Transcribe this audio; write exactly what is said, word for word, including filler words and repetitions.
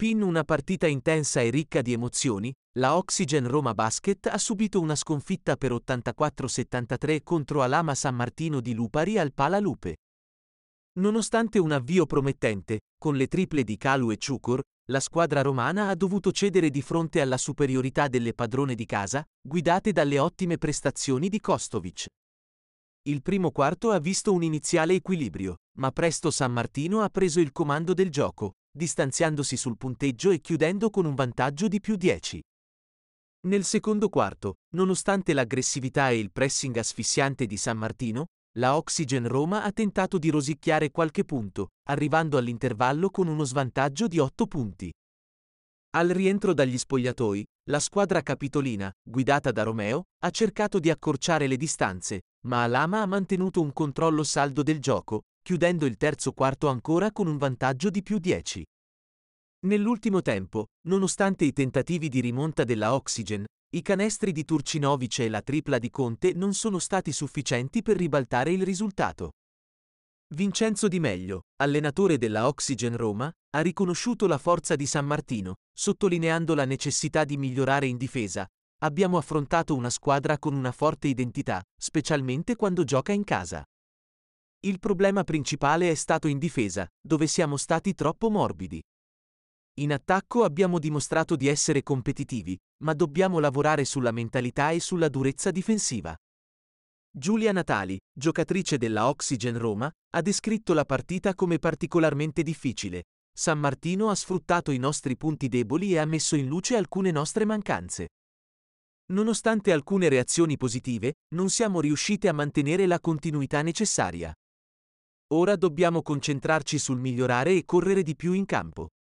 In una partita intensa e ricca di emozioni, la Oxygen Roma Basket ha subito una sconfitta per ottantaquattro a settantatré contro Alama San Martino di Lupari al Pala Lupe. Nonostante un avvio promettente, con le triple di Kalu e Ciukur, la squadra romana ha dovuto cedere di fronte alla superiorità delle padrone di casa, guidate dalle ottime prestazioni di Kostovic. Il primo quarto ha visto un iniziale equilibrio, ma presto San Martino ha preso il comando del gioco, distanziandosi sul punteggio e chiudendo con un vantaggio di più dieci. Nel secondo quarto, nonostante l'aggressività e il pressing asfissiante di San Martino, la Oxygen Roma ha tentato di rosicchiare qualche punto, arrivando all'intervallo con uno svantaggio di otto punti. Al rientro dagli spogliatoi, la squadra capitolina, guidata da Romeo, ha cercato di accorciare le distanze, ma Alama ha mantenuto un controllo saldo del gioco, chiudendo il terzo quarto ancora con un vantaggio di più dieci. Nell'ultimo tempo, nonostante i tentativi di rimonta della Oxygen, i canestri di Turcinovic e la tripla di Conte non sono stati sufficienti per ribaltare il risultato. Vincenzo Di Meglio, allenatore della Oxygen Roma, ha riconosciuto la forza di San Martino, sottolineando la necessità di migliorare in difesa. Abbiamo affrontato una squadra con una forte identità, specialmente quando gioca in casa. Il problema principale è stato in difesa, dove siamo stati troppo morbidi. In attacco abbiamo dimostrato di essere competitivi, ma dobbiamo lavorare sulla mentalità e sulla durezza difensiva. Giulia Natali, giocatrice della Oxygen Roma, ha descritto la partita come particolarmente difficile. San Martino ha sfruttato i nostri punti deboli e ha messo in luce alcune nostre mancanze. Nonostante alcune reazioni positive, non siamo riuscite a mantenere la continuità necessaria. Ora dobbiamo concentrarci sul migliorare e correre di più in campo.